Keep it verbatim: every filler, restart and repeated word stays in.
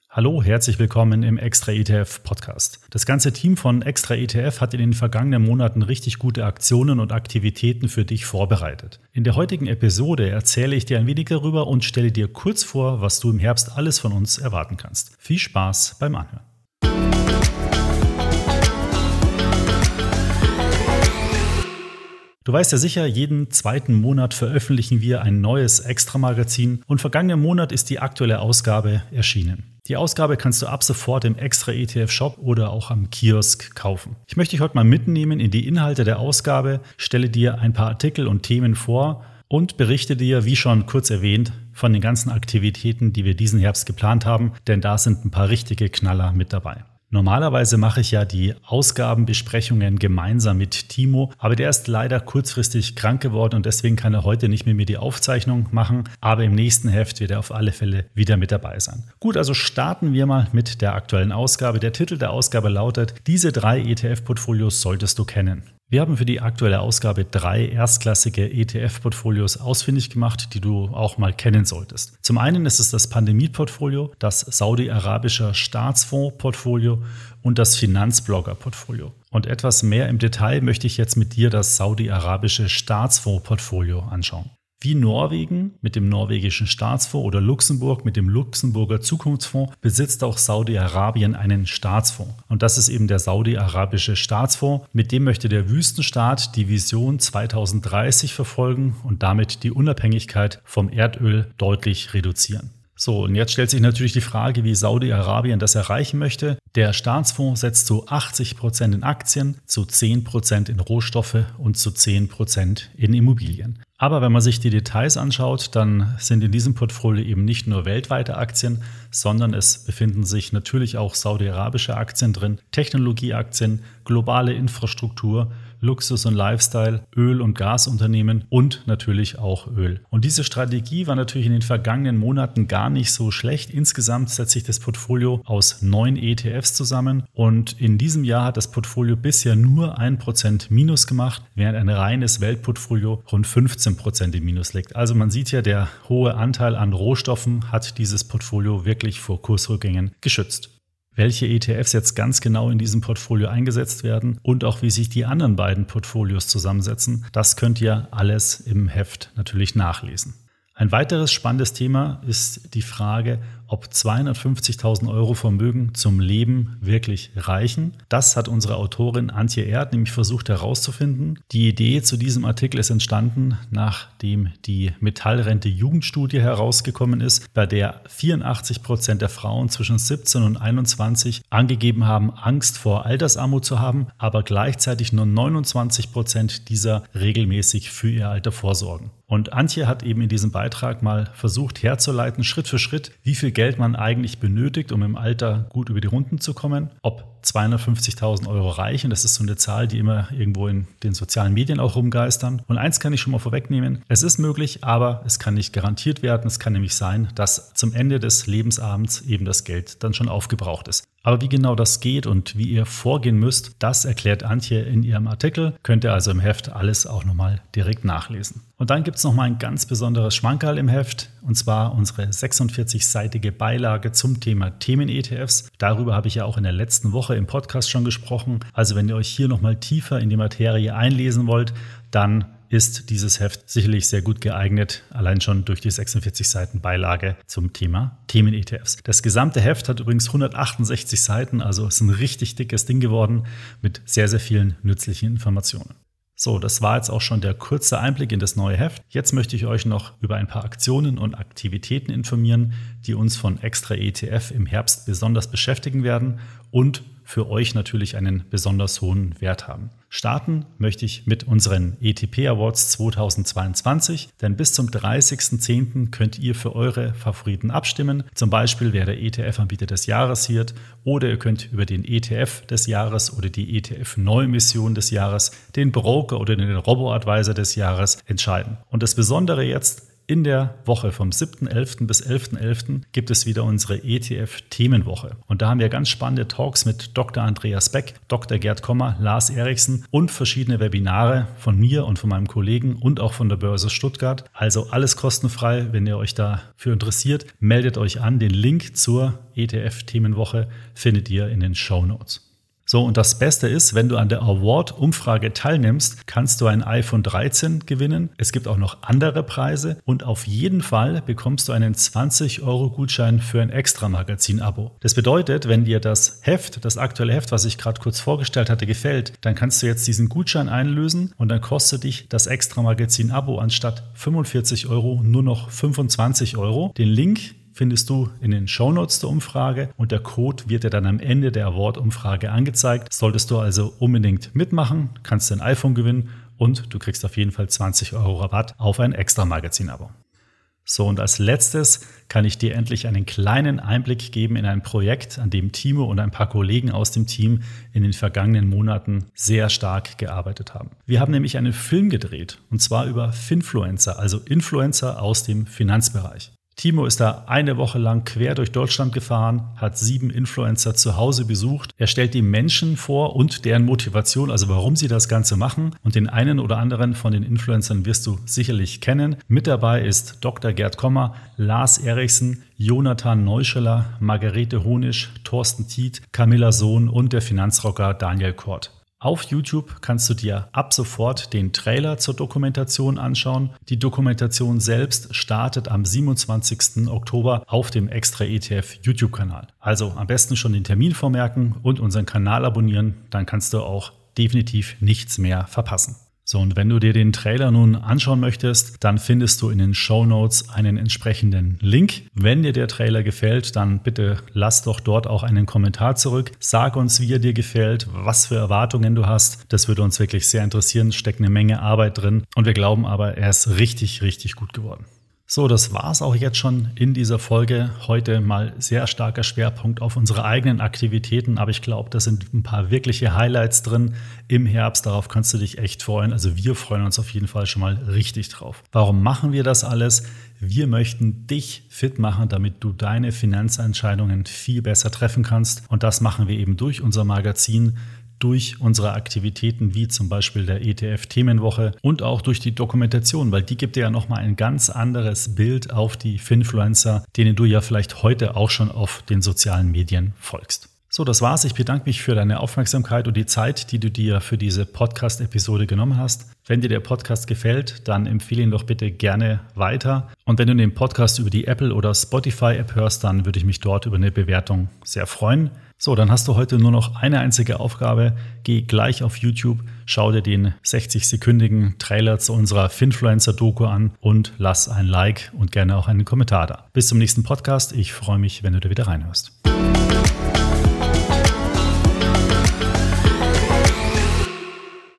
Hallo, herzlich willkommen im Extra E T F Podcast. Das ganze Team von Extra E T F hat in den vergangenen Monaten richtig gute Aktionen und Aktivitäten für dich vorbereitet. In der heutigen Episode erzähle ich dir ein wenig darüber und stelle dir kurz vor, was du im Herbst alles von uns erwarten kannst. Viel Spaß beim Anhören. Du weißt ja sicher, jeden zweiten Monat veröffentlichen wir ein neues Extra-Magazin und vergangenen Monat ist die aktuelle Ausgabe erschienen. Die Ausgabe kannst du ab sofort im Extra E T F Shop oder auch am Kiosk kaufen. Ich möchte dich heute mal mitnehmen in die Inhalte der Ausgabe, stelle dir ein paar Artikel und Themen vor und berichte dir, wie schon kurz erwähnt, von den ganzen Aktivitäten, die wir diesen Herbst geplant haben, denn da sind ein paar richtige Knaller mit dabei. Normalerweise mache ich ja die Ausgabenbesprechungen gemeinsam mit Timo, aber der ist leider kurzfristig krank geworden und deswegen kann er heute nicht mit mir die Aufzeichnung machen, aber im nächsten Heft wird er auf alle Fälle wieder mit dabei sein. Gut, also starten wir mal mit der aktuellen Ausgabe. Der Titel der Ausgabe lautet: Diese drei E T F-Portfolios solltest du kennen. Wir haben für die aktuelle Ausgabe drei erstklassige E T F-Portfolios ausfindig gemacht, die du auch mal kennen solltest. Zum einen ist es das Pandemie-Portfolio, das Saudi-Arabische Staatsfonds-Portfolio und das Finanzblogger-Portfolio. Und etwas mehr im Detail möchte ich jetzt mit dir das Saudi-Arabische Staatsfonds-Portfolio anschauen. Wie Norwegen mit dem norwegischen Staatsfonds oder Luxemburg mit dem Luxemburger Zukunftsfonds besitzt auch Saudi-Arabien einen Staatsfonds. Und das ist eben der Saudi-Arabische Staatsfonds. Mit dem möchte der Wüstenstaat die Vision zwanzig dreißig verfolgen und damit die Unabhängigkeit vom Erdöl deutlich reduzieren. So, und jetzt stellt sich natürlich die Frage, wie Saudi-Arabien das erreichen möchte. Der Staatsfonds setzt zu achtzig Prozent in Aktien, zu zehn Prozent in Rohstoffe und zu zehn Prozent in Immobilien. Aber wenn man sich die Details anschaut, dann sind in diesem Portfolio eben nicht nur weltweite Aktien, sondern es befinden sich natürlich auch saudi-arabische Aktien drin, Technologieaktien, globale Infrastruktur, Luxus und Lifestyle, Öl- und Gasunternehmen und natürlich auch Öl. Und diese Strategie war natürlich in den vergangenen Monaten gar nicht so schlecht. Insgesamt setzt sich das Portfolio aus neun E T Fs zusammen und in diesem Jahr hat das Portfolio bisher nur ein Prozent Minus gemacht, während ein reines Weltportfolio rund fünfzehn Prozent im Minus liegt. Also man sieht ja, der hohe Anteil an Rohstoffen hat dieses Portfolio wirklich vor Kursrückgängen geschützt. Welche E T Fs jetzt ganz genau in diesem Portfolio eingesetzt werden und auch wie sich die anderen beiden Portfolios zusammensetzen, das könnt ihr alles im Heft natürlich nachlesen. Ein weiteres spannendes Thema ist die Frage, ob zweihundertfünfzigtausend Euro Vermögen zum Leben wirklich reichen. Das hat unsere Autorin Antje Erd nämlich versucht herauszufinden. Die Idee zu diesem Artikel ist entstanden, nachdem die Metallrente-Jugendstudie herausgekommen ist, bei der vierundachtzig Prozent der Frauen zwischen siebzehn und einundzwanzig angegeben haben, Angst vor Altersarmut zu haben, aber gleichzeitig nur neunundzwanzig Prozent dieser regelmäßig für ihr Alter vorsorgen. Und Antje hat eben in diesem Beitrag mal versucht herzuleiten, Schritt für Schritt, wie viel Geld man eigentlich benötigt, um im Alter gut über die Runden zu kommen. Ob zweihundertfünfzigtausend Euro reichen, das ist so eine Zahl, die immer irgendwo in den sozialen Medien auch rumgeistern. Und eins kann ich schon mal vorwegnehmen, es ist möglich, aber es kann nicht garantiert werden. Es kann nämlich sein, dass zum Ende des Lebensabends eben das Geld dann schon aufgebraucht ist. Aber wie genau das geht und wie ihr vorgehen müsst, das erklärt Antje in ihrem Artikel. Könnt ihr also im Heft alles auch nochmal direkt nachlesen. Und dann gibt es nochmal ein ganz besonderes Schmankerl im Heft, und zwar unsere sechsundvierzig-seitige Beilage zum Thema Themen-E T Fs. Darüber habe ich ja auch in der letzten Woche im Podcast schon gesprochen. Also wenn ihr euch hier nochmal tiefer in die Materie einlesen wollt, dann ist dieses Heft sicherlich sehr gut geeignet, allein schon durch die sechsundvierzig Seiten Beilage zum Thema Themen-E T Fs. Das gesamte Heft hat übrigens hundertachtundsechzig Seiten, also ist ein richtig dickes Ding geworden mit sehr, sehr vielen nützlichen Informationen. So, das war jetzt auch schon der kurze Einblick in das neue Heft. Jetzt möchte ich euch noch über ein paar Aktionen und Aktivitäten informieren, die uns von Extra E T F im Herbst besonders beschäftigen werden und für euch natürlich einen besonders hohen Wert haben. Starten möchte ich mit unseren E T P Awards zweitausendzweiundzwanzig, denn bis zum dreißigsten zehnten könnt ihr für eure Favoriten abstimmen, zum Beispiel wer der E T F-Anbieter des Jahres wird, oder ihr könnt über den E T F des Jahres oder die E T F-Neuemission des Jahres, den Broker oder den Robo-Advisor des Jahres entscheiden. Und das Besondere jetzt: In der Woche vom siebten elften bis elften elften gibt es wieder unsere E T F-Themenwoche. Und da haben wir ganz spannende Talks mit Doktor Andreas Beck, Doktor Gerd Kommer, Lars Erichsen und verschiedene Webinare von mir und von meinem Kollegen und auch von der Börse Stuttgart. Also alles kostenfrei. Wenn ihr euch dafür interessiert, meldet euch an. Den Link zur E T F-Themenwoche findet ihr in den Shownotes. So, und das Beste ist, wenn du an der Award-Umfrage teilnimmst, kannst du ein iPhone dreizehn gewinnen. Es gibt auch noch andere Preise und auf jeden Fall bekommst du einen zwanzig Euro Gutschein für ein Extra-Magazin-Abo. Das bedeutet, wenn dir das Heft, das aktuelle Heft, was ich gerade kurz vorgestellt hatte, gefällt, dann kannst du jetzt diesen Gutschein einlösen und dann kostet dich das Extra-Magazin-Abo anstatt fünfundvierzig Euro nur noch fünfundzwanzig Euro. Den Link findest du in den Shownotes der Umfrage und der Code wird dir dann am Ende der Award-Umfrage angezeigt. Solltest du also unbedingt mitmachen, kannst du ein iPhone gewinnen und du kriegst auf jeden Fall zwanzig Euro Rabatt auf ein Extra-Magazin-Abo. So, und als letztes kann ich dir endlich einen kleinen Einblick geben in ein Projekt, an dem Timo und ein paar Kollegen aus dem Team in den vergangenen Monaten sehr stark gearbeitet haben. Wir haben nämlich einen Film gedreht und zwar über Finfluencer, also Influencer aus dem Finanzbereich. Timo ist da eine Woche lang quer durch Deutschland gefahren, hat sieben Influencer zu Hause besucht. Er stellt die Menschen vor und deren Motivation, also warum sie das Ganze machen. Und den einen oder anderen von den Influencern wirst du sicherlich kennen. Mit dabei ist Doktor Gerd Kommer, Lars Erichsen, Jonathan Neuscheller, Margarete Honisch, Thorsten Tiet, Camilla Sohn und der Finanzrocker Daniel Kort. Auf YouTube kannst du dir ab sofort den Trailer zur Dokumentation anschauen. Die Dokumentation selbst startet am siebenundzwanzigsten Oktober auf dem Extra E T F YouTube-Kanal. Also am besten schon den Termin vormerken und unseren Kanal abonnieren, dann kannst du auch definitiv nichts mehr verpassen. So, und wenn du dir den Trailer nun anschauen möchtest, dann findest du in den Shownotes einen entsprechenden Link. Wenn dir der Trailer gefällt, dann bitte lass doch dort auch einen Kommentar zurück. Sag uns, wie er dir gefällt, was für Erwartungen du hast. Das würde uns wirklich sehr interessieren, steckt eine Menge Arbeit drin und wir glauben aber, er ist richtig, richtig gut geworden. So, das war's auch jetzt schon in dieser Folge. Heute mal sehr starker Schwerpunkt auf unsere eigenen Aktivitäten, aber ich glaube, da sind ein paar wirkliche Highlights drin im Herbst. Darauf kannst du dich echt freuen. Also wir freuen uns auf jeden Fall schon mal richtig drauf. Warum machen wir das alles? Wir möchten dich fit machen, damit du deine Finanzentscheidungen viel besser treffen kannst. Und das machen wir eben durch unser Magazin, durch unsere Aktivitäten wie zum Beispiel der E T F-Themenwoche und auch durch die Dokumentation, weil die gibt dir ja nochmal ein ganz anderes Bild auf die Finfluencer, denen du ja vielleicht heute auch schon auf den sozialen Medien folgst. So, das war's. Ich bedanke mich für deine Aufmerksamkeit und die Zeit, die du dir für diese Podcast-Episode genommen hast. Wenn dir der Podcast gefällt, dann empfehle ihn doch bitte gerne weiter. Und wenn du den Podcast über die Apple- oder Spotify-App hörst, dann würde ich mich dort über eine Bewertung sehr freuen. So, dann hast du heute nur noch eine einzige Aufgabe. Geh gleich auf YouTube, schau dir den sechzig-sekündigen Trailer zu unserer Finfluencer-Doku an und lass ein Like und gerne auch einen Kommentar da. Bis zum nächsten Podcast. Ich freue mich, wenn du da wieder reinhörst.